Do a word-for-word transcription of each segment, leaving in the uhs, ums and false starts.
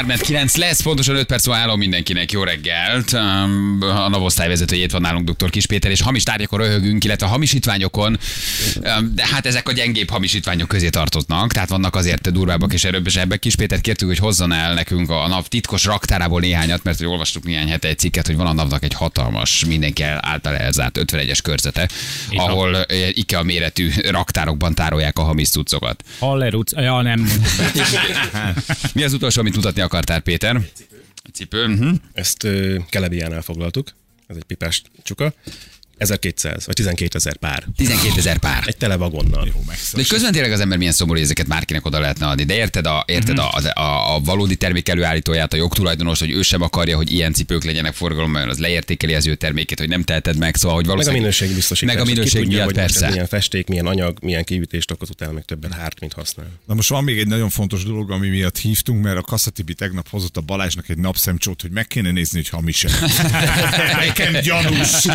Hármed kilenc lesz, pontosan öt perc állom mindenkinek. Jó reggelt. A navosztályvezetőjét van nálunk dr. Kiss Péter, és hamis tárgyakon röhögünk, illetve hamisítványokon. De hát ezek a gyengébb hamisítványok közé tartoznak, tehát vannak azért durvábbak és erősebbek. Kiss Péter kértük, hogy hozzon el nekünk a NAV titkos raktárából néhányat, mert hogy olvastuk néhány hete egy cikket, hogy van a NAV-nak egy hatalmas, mindenki által elzárt ötvenegyes körzete, itt ahol van. IKEA méretű raktárokban tárolják a hamis cuccokat. Haller utca, ja nem. Mi az utolsó, amit mutatni akartál, Péter? Cipő. Cipő. Uh-huh. Ezt uh, Kelebiánál foglaltuk, ez egy pipás csuka. ezerkétszáz, vagy tizenkétezer pár. tizenkétezer pár. Egy tele vagonnal. Jó, de közben tényleg az ember milyen szomorú, hogy ezeket márkinek oda lehetne adni. De érted a, érted mm-hmm. a, a, a valódi termék előállítóját, a jogtulajdonos, hogy ő sem akarja, hogy ilyen cipők legyenek forgalomban, az leértékeli az ő termékét, hogy nem teheted meg, szóval hogy valószínűleg... Meg a minőség biztosítás. Meg a minőség tudja, miatt, hogy persze. Milyen festék, milyen anyag, milyen kiütést okoz, utána meg többet hárt, mint használ. Na most van még egy nagyon fontos dolog, ami miatt hívtunk, mert a Kasszatibi tegnap hozott a Balázsnak egy napszemcsót, hogy meg kéne nézni, hogy hamis-e. Nekem gyanús.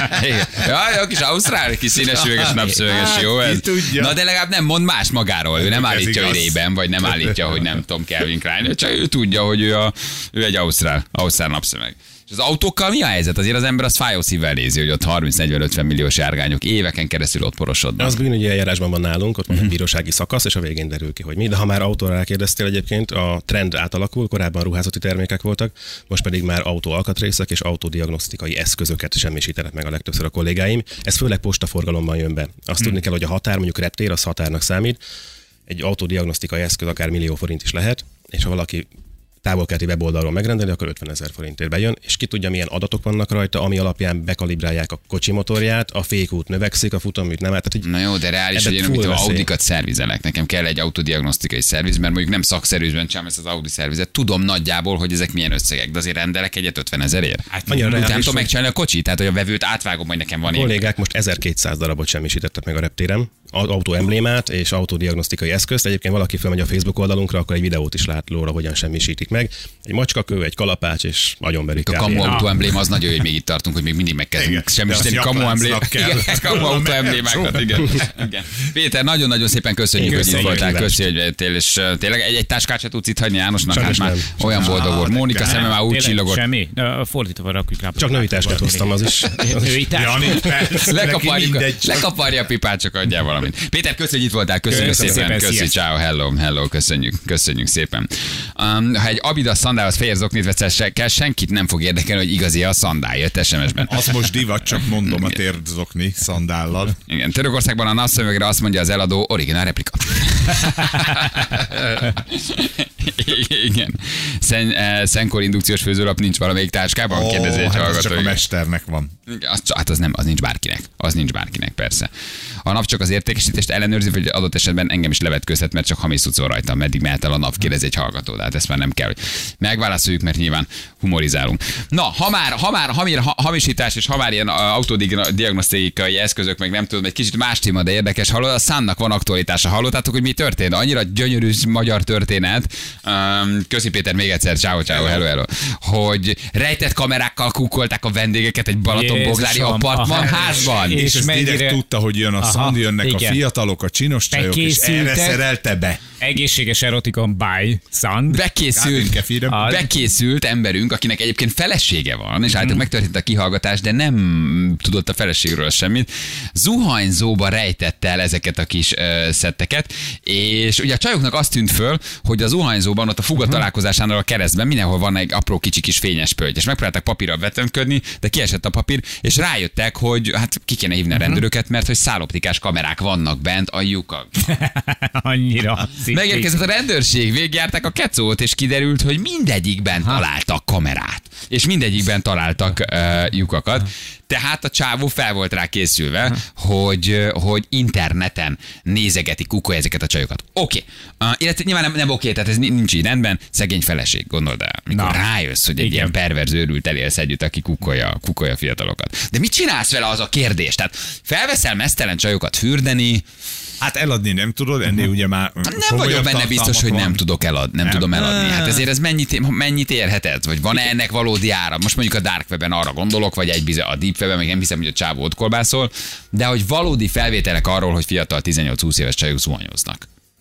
Ja, kis ausztrál, kis színes üveges, napszöveges, jó ez? Na de legalább nem mond más magáról, ő nem állítja, hogy Ray-Ban, vagy nem állítja, hogy nem tudom, Calvin Klein, csak ő tudja, hogy ő, a, ő egy ausztrál, ausztrál napszöveg. És az autókkal mi a helyzet? Azért az ember az fájó szívvel nézi, hogy ott harminc negyven ötven milliós járgányok éveken keresztül ott porosodnak. Az bűnügyi eljárásban van nálunk, ott van egy bírósági szakasz, és a végén derül ki, hogy mi. De ha már autóra rákérdeztél egyébként, a trend átalakul, korábban ruházati termékek voltak, most pedig már autó alkatrészek és autódiagnosztikai eszközöket semmisítenek meg a legtöbbször a kollégáim. Ez főleg postaforgalomban jön be. Azt hmm. tudni kell, hogy a határ, mondjuk reptér, az határnak számít. Egy autódiagnosztikai eszköz akár millió forint is lehet, és ha valaki távolkeleti weboldalról megrendeli, akkor ötvenezer forintért bejön, és ki tudja, milyen adatok vannak rajta, ami alapján bekalibrálják a kocsi motorját, a fékút növekszik, a futamút nem. Tehát, na jó, de reális, hogy én amit az Audikat szervizelek, nekem kell egy autodiagnosztikai szerviz, mert mondjuk nem szakszervizben csinálom ezt az Audi szervizet. Tudom nagyjából, hogy ezek milyen összegek, de azért rendelek egyet ötvenezerért. Hát nem tudom megcsinálni a kocsit, tehát hogy a vevőt átvágom, hogy nekem van. A kollégák most ezerkétszáz darabot semmisítettek meg a reptéren, autó emblémát és autódiagnosztikai eszközt. Egyébként valaki felmegy a Facebook oldalunkra, akkor egy videót is lát róla, hogyan semmisítik meg. Egy macskakő, egy kalapács és agyonverik. A kamu autó emblém az nagyon jó, hogy még itt tartunk, hogy még mindig megkezdünk semmisíteni kamu emblémákat. Kamu autó emblémákat, igen. igen. Péter, nagyon-nagyon szépen köszönjük, hogy itt voltál. Köszi, hogy vettél, és tényleg egy, egy táskát se tudsz itt hagyni Jánosnak, hát már olyan boldog volt. Mónika szeme már úgy csillogott. Semmi, fordítva rakjuk rá. Csak női táskát hoztam, az is. Női táskát. Lekaparja a pipát, csak adjál valamit. Péter, köszönjük, itt voltál, köszönjük szépen. Köszi, ciao, hello, hello, köszönjük, köszönjük szépen. Ha egy Adidas szandálhoz fehér zoknit veszel kell, senkit nem fog érdekelni, hogy igazi a szandál, jött es em es-ben. Az most divat, csak mondom a térzokni szandállal. Igen, Törökországban a napszemüvegre azt mondja az eladó, originál replika. Igen. Szen, Szenkor indukciós főzőlap nincs valamelyik táskában? Oh, kérdezi egy hát hallgató. ez csak a mesternek van. Az, hát az nem, az nincs bárkinek. Az nincs bárkinek, persze. A NAV csak az értékesítést ellenőrzi, vagy adott esetben engem is levetkőzhet, mert csak hamis cuccol rajtam, meddig mehet el a NAV, kérdezi egy hallgató. De hát ezt már nem kell, hogy megválaszoljuk, mert nyilván humorizálunk. Na, ha már, ha már ha, ha, hamisítás és ha már ilyen autodiagnosztikai eszközök, meg nem tudom, egy kicsit más téma, de érdekes, hallod, a Sunnak van aktualitása. Hallottátok, hogy mi történt? Annyira gyönyörű magyar történet. Köszi Péter még egyszer, ciao, ciao, hello, hello. Hogy rejtett kamerákkal kukkolták a vendégeket egy Balatonboglári apartmanházban. És, és ezt mennyire... direkt tudta, hogy jön a Szand, jönnek igen. a fiatalok, a csinos csajok, és erre szerelte be. Egészséges erotikon by Sand. Bekészült, bekészült emberünk, akinek egyébként felesége van, és általában megtörtént a kihallgatás, de nem tudott a feleségről semmit. Zuhanyzóba rejtette el ezeket a kis uh, szetteket, és ugye a csajoknak azt tűnt föl, hogy a zuhanyzóban, ott a fuga találkozásánál a keresztben mindenhol van egy apró kicsi kis fényes pölgy, és megpróbálták papírral vetemködni, de kiesett a papír, és rájöttek, hogy hát ki kéne hívni a rendőröket, mert hogy száloptikás kamerák vannak bent a lyukakban. Annyira. Megérkezett a rendőrség, végigjárták a kecót, és kiderült, hogy mindegyikben ha. találtak kamerát, és mindegyikben találtak uh, lyukakat. Tehát a csávó fel volt rá készülve, ha. hogy, hogy interneten nézegeti, kukolja ezeket a csajokat. Oké. Okay. Uh, illetve nyilván nem, nem oké, okay, tehát ez nincs így rendben. Szegény feleség, gondold el. Mikor Na. rájössz, hogy egy Igen. ilyen perverz őrült elélsz együtt, aki kukolja, kukolja fiatalokat. De mit csinálsz vele, az a kérdés? Tehát felveszel mesztelen csajokat fürdeni, Hát eladni nem tudod, ennél ugye már... Nem vagyok benne biztos, hogy nem tudok eladni, nem, nem tudom eladni. Hát ezért ez mennyit, mennyit érhet ez? Vagy van-e ennek valódi ára? Most mondjuk a Dark Webben arra gondolok, vagy egy bize a Deep Webben, még nem hiszem, hogy a csávó ott kolbászol, de hogy valódi felvételek arról, hogy fiatal tizennyolc-húsz éves csajok zuhanyoznak.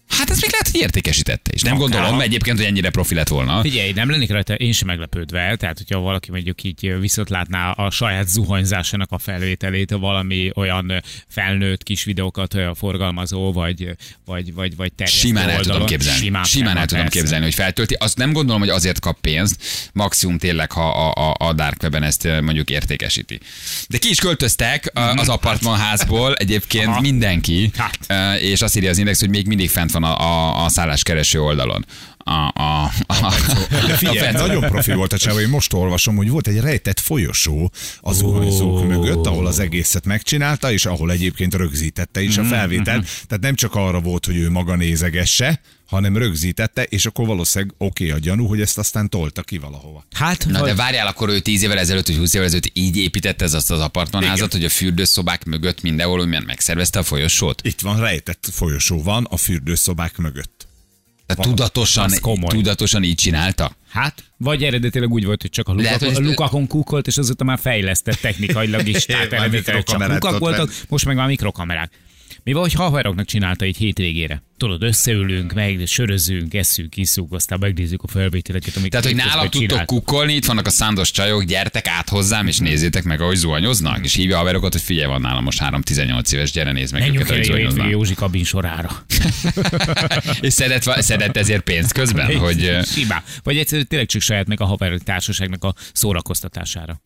Hát ez még lehet, hogy értékesítette is. Nem Akár. gondolom egyébként, hogy ennyire profi lett volna. Figyelj, nem lennék rajta én sem meglepődve, tehát hogyha valaki mondjuk így viszont látná a saját zuhanyzásának a felvételét, valami olyan felnőtt kis videókat forgalmazó, vagy, vagy, vagy, vagy terjesztő Simán el oldalon. tudom képzelni. Simán, Simán el tudom persze. képzelni, hogy feltölti. Azt nem gondolom, hogy azért kap pénzt, maximum tényleg, ha a, a, a Dark Webben ezt mondjuk értékesíti. De ki is költöztek az apartmanházból egyébként Aha. mindenki, Hát. és azt írja az Index, hogy még mindig fent van a, a, a szálláskereső oldalon. A, a, a, De figyelj, nagyon profi volt a csávó, én most olvasom, hogy volt egy rejtett folyosó az zuhanyzók mögött, ahol az egészet megcsinálta, és ahol egyébként rögzítette is a felvételt. Tehát nem csak arra volt, hogy ő maga nézegesse, hanem rögzítette, és akkor valószínűleg oké okay a gyanú, hogy ezt aztán tolta ki valahova. Hát, Na vagy... de várjál, akkor ő tíz évvel ezelőtt, vagy húsz évvel ezelőtt így építette ez azt az apartmanházat, Igen. hogy a fürdőszobák mögött mindenhol olyan megszervezte a folyosót? Itt van, rejtett folyosó van a fürdőszobák mögött. Tehát tudatosan, az komoly. tudatosan így csinálta? Hát, vagy eredetileg úgy volt, hogy csak a Lehet, lukakon, hogy a ezt- lukakon kukolt, és azóta már fejlesztett technikailag is. Tehát Már eredetileg csak mikrokamerát lukak ott voltak, venni. most meg már mikrokamerák. Mi van, hogy haveroknak csinálta egy hétvégére? Tudod, összeülünk, meg sörözünk, eszünk, iszunk, aztán megnézzük a felvételeket, amiket Tehát, hogy közben nálam tudtok csinált. kukkolni, itt vannak a szándos csajok, gyertek át hozzám, és nézzétek meg, ahogy zuhanyoznak, és hívja a haverokat, hogy figyelj, van nálam most három tizennyolc éves, gyere nézd meg Menjünk őket, el ahogy egy hétvége zuhanyoznak. Józsi kabin sorára. És szedett, szedett ezért pénzt közben, hogy ö, Simán. Vagy egyszerűen tényleg csak saját meg a haver társaságnak a szórakoztatására.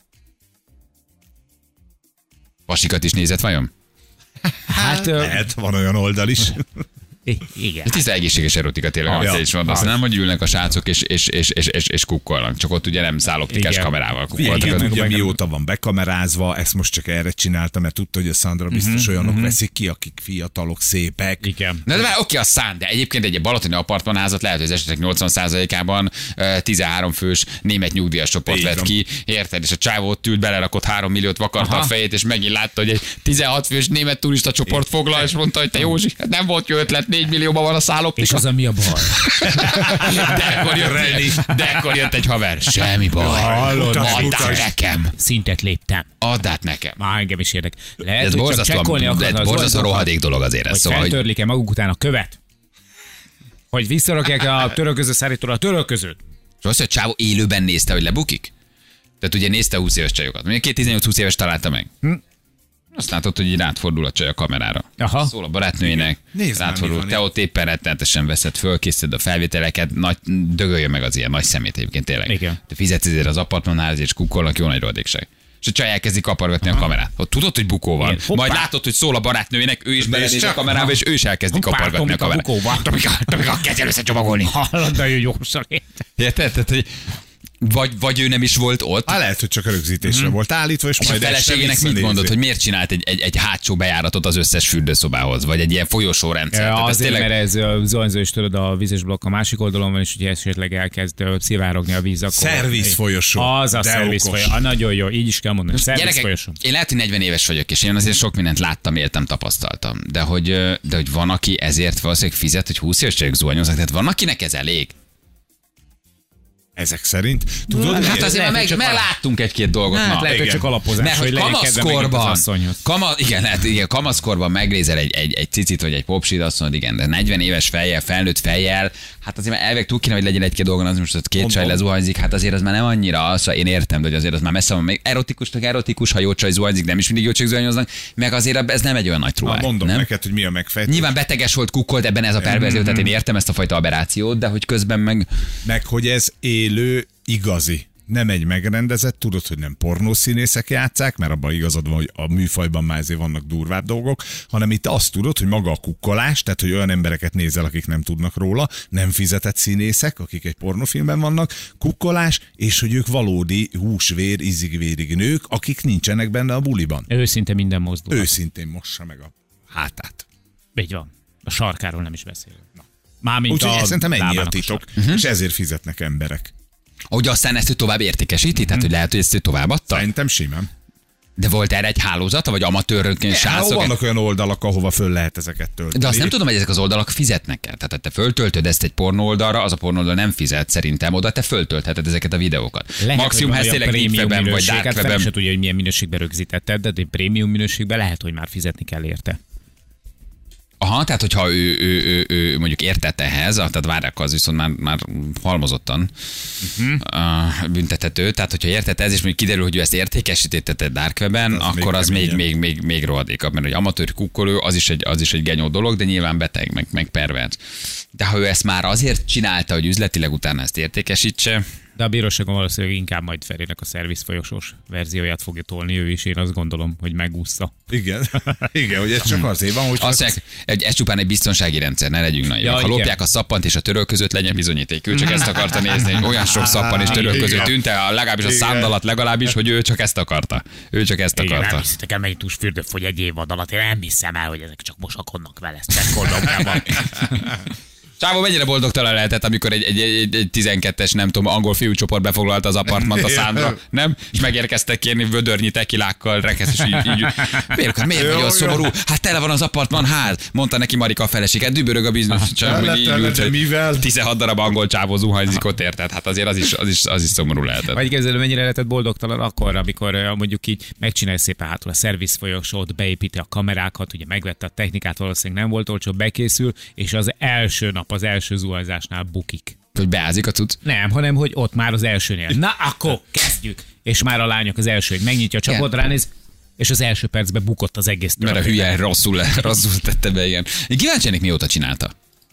pasikat is nézett vajon? Hát, ö, Lehet, van olyan oldal is. i- igen. Ez tiszta egészséges erotika tényleg, amit ja, te is mondasz. az. Nem, hogy ülnek a srácok és, és, és, és, és, és kukkolnak, csak ott ugye nem szálloptikás Igen. kamerával Figyelj, kukkoltak. ki Az- tudja, mióta van bekamerázva, ezt most csak erre csinálta, mert tudta, hogy a Sandra biztos olyanok veszik ki, akik fiatalok, szépek. Igen. Na de már oké, a szán, de egyébként egy balatoni apartmanházat lehet, hogy az esetek nyolcvan százalékában ö, tizenhárom fős német nyugdíjas csoport Így vett van. ki, érted? És a csávó ott ült, belerakott három milliót, vakarta Aha. a fejét, és megint látta, hogy egy tizenhat fős német turista csoport foglal, és mondta, hogy te Józsi, hát nem volt jó ötlet, négy millióban van a És szálloptika. az a mi a baj? De akkor jött, de akkor jött egy haver. Semmi baj. Hallod, Add át mutasd. nekem. Szintet léptem. Add át nekem. Már engem is érdek. Lehet, Ez hogy csak borzasztóan, csekkolni de akarod az borzasztó oldalakat, rohadék dolog azért ez. hogy Szóval, hogy feltörlik-e maguk után a követ? Hogy visszarakják a törölköző szállítóra a törölközőt? és azt, hogy a csávó élőben nézte, hogy lebukik? Tehát ugye nézte a húsz éves csajokat. Mondjuk két tizennyolc-húsz éves találta meg. Hm? Azt látod, hogy így rátfordul a csaj a kamerára. Aha. Szól a barátnőjének, Nézd már, mi rátfordul. van Te itt. ott éppen rettenetesen veszed föl, készíted a felvételeket, nagy, dögöljön meg az ilyen nagy szemét egyébként tényleg. Igen. Te fizetsz ezért az apartmanház, és kukkolnak, jó nagy rohadékság. És a csaj elkezdi kapargatni a kamerát. Hogy tudod, hogy bukó van. Igen. Hoppá. Majd látod, hogy szól a barátnőjének, ő is belenéz a csak- kamerába, és ő is elkezdi Hoppá, kapargatni a Tomika kamerát. bukóba. Tomika, Tomika, kezdj el összecsomagolni. Hallod, nagyon gyorsan érte. Érted? Tehát, hogy vagy, vagy ő nem is volt ott, Á, lehet, hogy csak a rögzítésre volt állítva, és, és a majd este feleségének mit visszanézi. mondott, hogy miért csinált egy, egy, egy hátsó bejáratot az összes fürdőszobához, vagy egy ilyen folyosórendszer. Ja, Tehát ez azért, tényleg- mert ez a zuhanyzó is tudod, a vízes blokk a másik oldalon van, és ugye esetleg elkezd ö, szivárogni a víz, akkor... Szerviz folyosó. Az a De szerviz okos. folyosó. Ah, nagyon jó, így is kell mondani. Szerviz Gyerekek, folyosó. én lehet, hogy negyven éves vagyok, és én azért sok mindent láttam, éltem, tapasztaltam. De hogy, ö, de hogy van, aki ezért valószínűleg fizet, hogy húsz éves csajok zuhanyoznak, tehát van, akinek ez elég. Ezek szerint. Tudod, Hát miért? azért lehet, már hogy meg, csak meg a- láttunk egy-két dolgot Hát ma. lehet, hogy igen. csak alapozás, Mert hogy hogy legyen kedve megint az kamaszkorban, asszonyhoz. kama, igen, lehet, igen, kamaszkorban megnézel egy, egy, egy cicit vagy egy popsit, azt mondod, igen, de negyven éves fejjel, felnőtt fejjel, hát azért már elveg túl kéne, hogy legyen egy-két dolgon, az most ott két Mondom. csaj lezuhanyzik, hát azért az már nem annyira, az, én értem, de hogy azért az már messze van, még erotikusnak erotikus, ha jó csaj zuhanyzik, nem is mindig jó csaj zuhanyoznak, meg azért ez nem egy olyan nagy Na, truváj, mondom nem? neked, hogy mi a megfejtés. Nyilván beteges volt, kukkolt ebben ez a perverzió, tehát én értem ezt a fajta aberrációt, de hogy közben meg Meg hogy ez élő, igazi. Nem egy megrendezett, tudod, hogy nem pornószínészek játszák, mert abban igazad van, hogy a műfajban már azért vannak durvább dolgok, hanem itt azt tudod, hogy maga a kukkolás, tehát hogy olyan embereket nézel, akik nem tudnak róla, nem fizetett színészek, akik egy pornófilmben vannak, kukkolás, és hogy ők valódi húsvér, izig-vérig nők, akik nincsenek benne a buliban. Őszinte minden mozdulat. Őszintén mossa meg a hátát. Így van. A sarkáról nem is beszélünk. Na. Mármint Úgyhogy a ezt szerintem ennyi a lábának titok, sarka. Mhm. és ezért fizetnek emberek. hogy aztán ezt ő tovább értékesíti, tehát hogy lehet, hogy ezt ő továbbadta? Szerintem simán. De volt erre egy hálózata, vagy amatőrként Ja, srácok? vannak olyan oldalak, ahova föl lehet ezeket tölteni. De azt nem tudom, hogy ezek az oldalak fizetnek el. Tehát ha te föltöltöd ezt egy pornó oldalra, az a pornó oldal nem fizet szerintem, oda te föltöltheted ezeket a videókat. Lehet, Maximum, ha hogy ez van tényleg olyan deep webben prémium vagy minőség, dark hát fel se webben. tudja, hogy milyen minőségben rögzítetted, de egy prémium minőségben lehet, hogy már fizetni kell érte. Aha, tehát hogyha ő, ő, ő, ő mondjuk értett ehhez, tehát várják, az viszont már, már halmozottan uh-huh. uh, büntethető. Tehát hogyha értett ez, és mondjuk kiderül, hogy ő ezt értékesítette Dark Webben, az akkor még az még, még, még, még rohadékabb, mert hogy amatőr kukkolő, az is egy, az is egy genyó dolog, de nyilván beteg, meg, meg pervers. De ha ő ezt már azért csinálta, hogy üzletileg utána ezt értékesítse, de a bíróságon valószínűleg inkább majd Ferinek a szervizfolyosós verzióját fogja tolni ő is, én azt gondolom, hogy megúszta. Igen, igen, hogy ez csak azért van, hogy... Azt mondják, ez csupán egy biztonsági rendszer, ne legyünk naivak. Ja, ha igen. lopják a szappant és a töröl között, legyen bizonyíték. Ő csak ezt akarta nézni, hogy olyan sok szappan és töröl között tűnt el, legalábbis a szándalat legalábbis, hogy ő csak ezt akarta. Ő csak ezt igen, akarta. Nem hiszitek el, melyik túlfürdőfogy egy évad alatt, én nem hiszem el, hogy ezek csak mosakodnak vele, ezt csekkolom. Csávó mennyire boldogtalan lehetett, amikor egy, egy, egy, egy tizenkettes, nem tudom, angol fiúcsoport befoglalta az apartmant a Szándra, nem? És megérkeztek kérni vödörnyi tekilákkal, rekesz, és így, így miért, miért vagy olyan szomorú? Hát tele van az apartman ház, mondta neki Marika a feleséget, dübörög a bizonyos csak így mivel? tizenhat darab angol csávó zuhanyzik ott, érted? Hát azért az is, az is, az is szomorú lehetett. Vagy képzelő, mennyire lehetett boldogtalan akkor, amikor mondjuk így megcsinálja szépen hátul a szervizfolyosót, beépíti a kamerákat, ugye megvette a technikát, valószínűleg nem volt olcsó, bekészül, és az első nap az első zuhanyzásnál bukik. Hogy beázik a cucc? Nem, hanem hogy ott már az elsőnél. Na, akkor kezdjük. És már a lányok az első, hogy megnyitja a csapot, ránéz, és az első percben bukott az egész. Mert a hülye rosszul, rosszul tette be, igen. Én kíváncsi ennek mióta csinálta.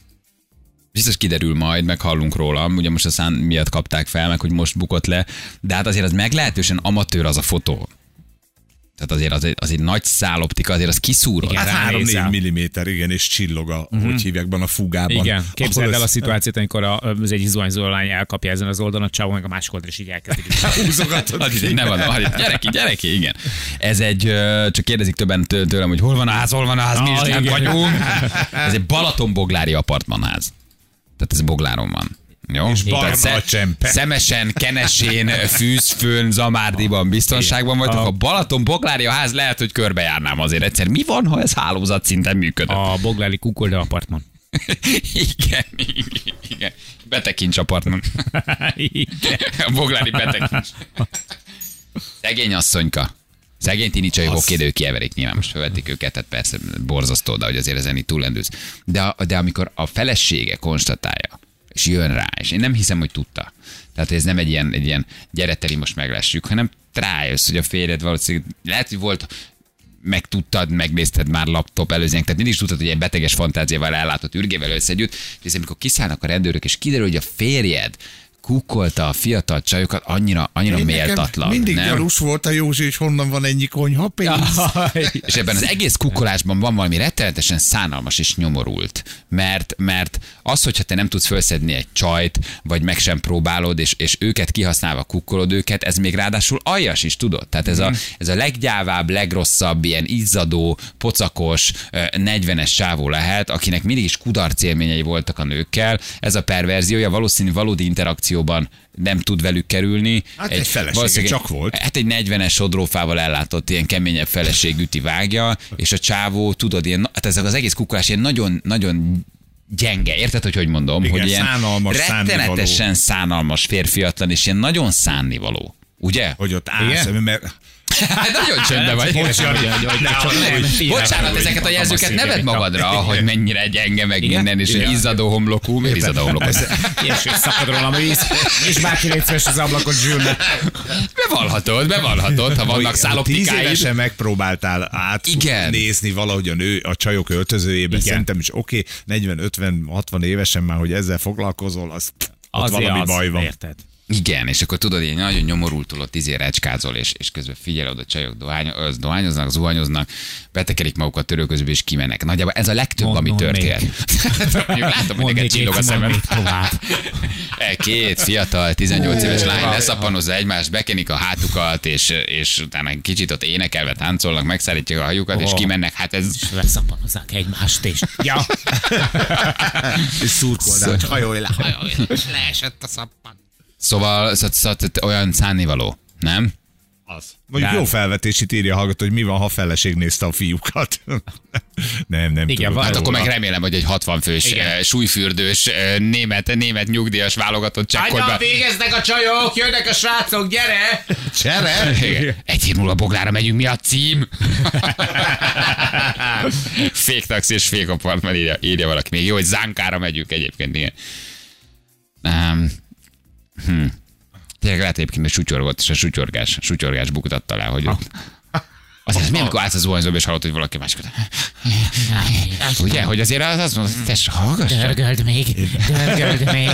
Biztos kiderül majd, meg hallunk róla. Ugye most a szán miatt kapták fel, meg hogy most bukott le. De hát azért az meglehetősen amatőr az a fotó. Tehát azért az egy, az egy nagy száloptika, azért az kiszúrod. Hát három-négy milliméter, igen, és csillog a, uh-huh. hogy hívják, a fugában. Igen, képzeld el a szituációt, amikor az egyik zuhanyzó lány elkapja ezen az oldalon, a csávó meg a másik oldalon, és így elkezdik. Húzogatod. Nem adom, gyereki, gyereki, igen. Ez egy, csak kérdezik többen tőlem, hogy hol van a ház, hol van a ház, mi is nem vagyunk. Ez egy Balatonboglári apartmanház. Tehát ez Bogláron van. Jó? És barna a csempe. Szemesen, Kenesén, Fűzfőn, Zamárdiban biztonságban vagytok. A Balaton Boglári a ház lehet, hogy körbejárnám azért egyszer. Mi van, ha ez hálózat szinten működött? A Boglári Kukolda apartman. igen, igen. Betekincs apartman. igen. A Boglári betekincs. Szegény asszonyka. Szegény tini csajok, oké, de ők kieverik, nyilván most felvették őket, tehát persze borzasztó, de hogy azért ezen itt túllendülsz. De, a, de amikor a felesége konstatálja, és jön rá, és én nem hiszem, hogy tudta. Tehát ez nem egy ilyen, egy ilyen gyere Teri, most meglessük, hanem rájössz, hogy a férjed valószínűleg, lehet, hogy volt, megtudtad, megnézted már laptop előzőnek, tehát mindig is tudtad, hogy egy beteges fantáziával ellátott ürgével összegyűjt, és amikor kiszállnak a rendőrök, és kiderül, hogy a férjed kukkolta a fiatal csajokat, annyira, annyira én méltatlan. Mindig nem? Gyanús volt a Józsi, és honnan van ennyi konyha pénz. És ebben az egész kukkolásban van valami rettenetesen szánalmas és nyomorult. Mert, mert az, hogyha te nem tudsz felszedni egy csajt, vagy meg sem próbálod, és, és őket kihasználva kukkolod őket, ez még ráadásul aljas is, tudod? Tehát ez, a, ez a leggyávább, legrosszabb, ilyen izzadó, pocakos, negyvenes sávó lehet, akinek mindig is kudarc élményei voltak a nőkkel. Ez a perverziója valószínű valódi interakció nem tud velük kerülni. Hát egy, egy felesége csak volt. Hát egy negyvenes sodrófával ellátott ilyen keményebb feleség üti vágja, és a csávó, tudod, ilyen, hát ez az egész kukulás ilyen nagyon, nagyon gyenge, érted, hogy hogy mondom? Igen, hogy ilyen szánalmas, rettenetesen szánnivaló. szánalmas férfiatlan, és ilyen nagyon szánnivaló. Ugye? Hogy ott állsz, mert... Hát nagyon csöndben vagy. Bocsánat, ezeket a jelzőket ne vedd magadra, hogy mennyire gyenge meg minden, és egy izzadó homlokú, miért izzadó homlokú? És szakad rólam a víz, és bárki létszves az ablakot zsűlne. Bevallhatod, bevallhatod, ha vannak száloptikáid. Tíz évesen megpróbáltál átnézni valahogy a nő a csajok öltözőjébe, igen. Szerintem is oké, okay, negyven, ötven, hatvan évesen már, hogy ezzel foglalkozol, az ott valami baj van. Érted. Igen, és akkor tudod, ilyen nagyon nyomorultul ott izé recskázol, és, és közben figyelod, a csajok dohány, dohányoznak, zuhanyoznak, betekerik magukat törölközőbe, és kimennek. Nagyjából ez a legtöbb, mond, ami történt. Látom, hogy neked csillog a szemem. Két fiatal, tizennyolc éves lány leszappanozza egymást, bekenik a hátukat, és, és utána kicsit ott énekelve táncolnak, megszállítják a hajukat, és kimennek. Hát ez... És leszapanozzák egymást, és... Ja. És szurkoldál, hogy hajolj le, hajolj le. Leesett a szappan. Szóval, szóval, szóval olyan szánnivaló, nem? Az. Mondjuk jó felvetés, itt írja a hallgató, hogy mi van, ha feleség nézte a fiúkat. nem, nem igen, tudom. Hát akkor meg remélem, hogy egy hatvan fős, igen. súlyfürdős, német, német nyugdíjas válogatott csekkolba. Anya, végeznek a csajok, jönnek a srácok, gyere! Csere! Egy hír múlva Boglára megyünk, mi a cím? Fék taxi és fék apartman, írja, írja valaki. Még jó, hogy Zánkára megyünk egyébként, igen. Um, hm. Tényleg lehet egyébként, hogy sutyorgott, és a sutyorgás, sutyorgás buktatta le, hogy ott. Azért ez mi, amikor állsz a zuhanyzóba, és hallott, hogy valaki másik. Ugye, hogy azért az azt mondod, tess, hallgass. Dörgöld még, dörgöld még.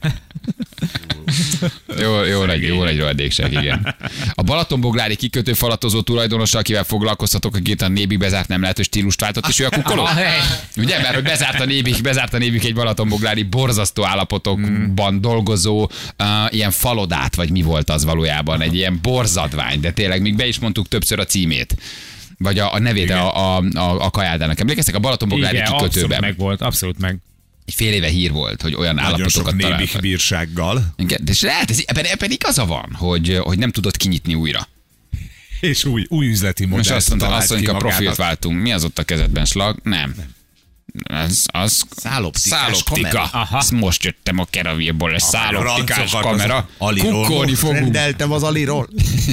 Jó, jó, nagy, jó nagy rohadékság, igen. A Balatonboglári kikötő falatozó tulajdonosa, akivel foglalkoztatok, akit a Nébik bezárt, nem lehet, hogy stílust váltott, és ő a kukkoló. Ugye, mert hogy bezárt a Nébik, bezárt a Nébik egy Balatonboglári borzasztó állapotokban dolgozó uh, ilyen falodát, vagy mi volt az valójában, egy ilyen borzadvány, de tényleg még be is mondtuk többször a címét. Vagy a, a nevét a, a, a, a kajádának. Emlékeztek a Balatonboglári kikötőben? Abszolút meg volt, abszolút meg. Egy fél éve hír volt, hogy olyan Nagyon állapotokat sok találtak. nébik bírsággal. Igen, de lehet, ez, ebben, ebben igaza van, hogy, hogy nem tudod kinyitni újra. És új, új üzleti modell. Most azt mondta, azt mondjuk, a profilt váltunk. Mi az ott a kezedben, slag? Nem. Az, az Száloptikás száloptika. kamera. Azt most jöttem a keravírból, egy száloptikás kamera. Kukkolni fogunk. Rendeltem az Aliról.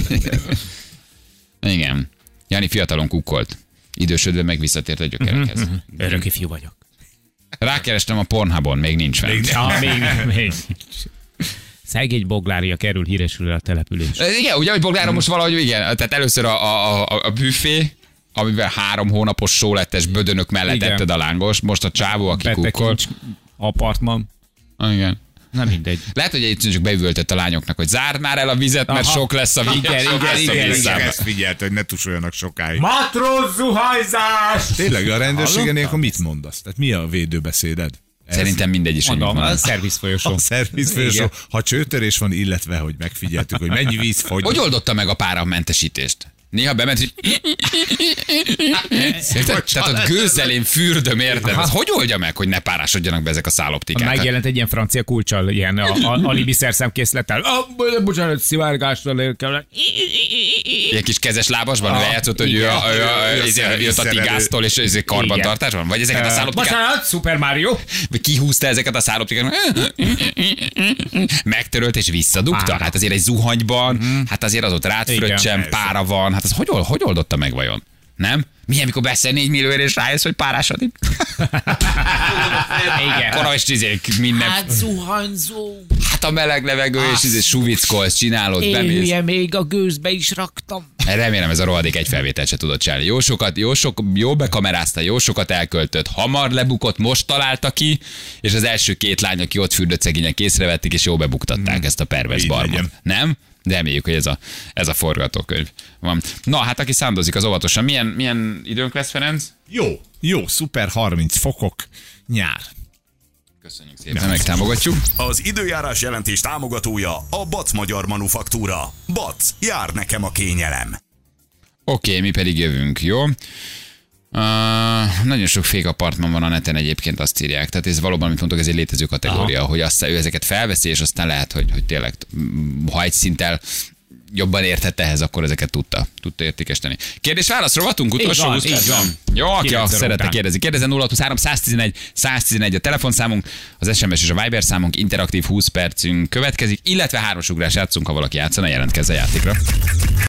Igen. Jani fiatalon kukkolt. Idősödve meg visszatért a gyökerekhez. Öröki fiú vagyok. Rákerestem a Pornhubon, még nincs fent. Ah, még, még. Szegény Boglária kerül híresülő a település. Igen, ugye, hogy Bogláron most valahogy, igen, tehát először a, a, a, a büfé, amivel három hónapos sólettes bödönök mellett Igen. etted a lángos, most a csávó, aki kukkol. Betekincs apartman. Igen. Nem mindegy. Lehet, hogy egyszerűen csak beüvöltött a lányoknak, hogy zárd már el a vizet, mert Aha. sok lesz a víz. Igen, sok igen, lesz a igen, víz igen. számba. Ezt figyelt, hogy ne tusoljanak sokáig. Matróz zuhanyzás! Tényleg a rendőrségen ilyenkor mit mondasz? Tehát mi a védőbeszéded? Ez Szerintem mindegy is, hogy mit Mondom, a mondasz. szervizfolyosó. a szervizfősó. Igen. Ha csőtörés van, illetve, hogy megfigyeltük, hogy mennyi víz fogy. Hogy oldotta meg a páramentesítést? Néha bement, hogy... Érted? Tehát ott gőzzel én fürdöm, érted? Ez hogy oldja meg, hogy ne párásodjanak be ezek a száloptikák? Megjelent egy ilyen francia kulccsal, ilyen a, a, alibi szerszámkészlettel. Ah, bocsánat, szivárgásra kell. Ilyen kis kezes lábasban, hogy eljátszott, hogy ő a, ő a, ő a, jött a tigáztól, és ez karbantartásban? Vagy ezeket a száloptikák... Bocsánat, Super Mario. Vagy kihúzta ezeket a száloptikákat, megtörölt és visszadugta? Pára. Hát azért egy zuhanyban, hát azért az ott rátfröccsen, Igen. pára van, hát az hogy, old- hogy oldotta meg vajon? Nem? Milyen, mikor beszél négy millióért, és rájössz, hogy párásodik? Igen. Kora és izék minden. Hát zuhanyzó. Hát a meleg levegő, és izé suvickolsz, csinálod, Én bemész. hülye, még a gőzbe is raktam. Remélem ez a rohadék egy felvételt se tudott csinálni. Jó sokat, jó sok, jó bekamerázta, jó sokat elköltött, hamar lebukott, most találta ki, és az első két lány, aki ott fürdött, szegények észrevették, és jó bebuktatták mm. ezt a pervers Így barmot. legyen. Nem? De reméljük, hogy ez a, ez a forgatókönyv van. Na, hát aki szándozik, az óvatosan. Milyen, milyen időnk lesz, Ferenc? Jó, jó, szuper harminc fokok, nyár. Köszönjük szépen, megtámogatjuk. Az időjárás jelentés támogatója a Bac Magyar Manufaktúra. Bac, jár nekem a kényelem. Oké, okay, mi pedig jövünk, jó? Uh, nagyon sok fake apartman van a neten egyébként, azt írják. Tehát ez valóban, amit mondok, ez egy létező kategória, Aha. hogy aztán ő ezeket felveszi, és aztán lehet, hogy, hogy tényleg, ha egy szinttel jobban értett ehhez, akkor ezeket tudta, tudta értékesíteni. Kérdés-válasz rovatunk, utolsó van, húsz így percben. van. Jó, aki kilenc óra szeretne után. kérdezni. Kérdezzen nulla hatszázhuszonhárom száztizenegy száztizenegy a telefonszámunk, az es em es és a Viber számunk, interaktív húsz percünk következik, illetve hármas ugrás játszunk, ha valaki játszana, jelentkezz a játékra.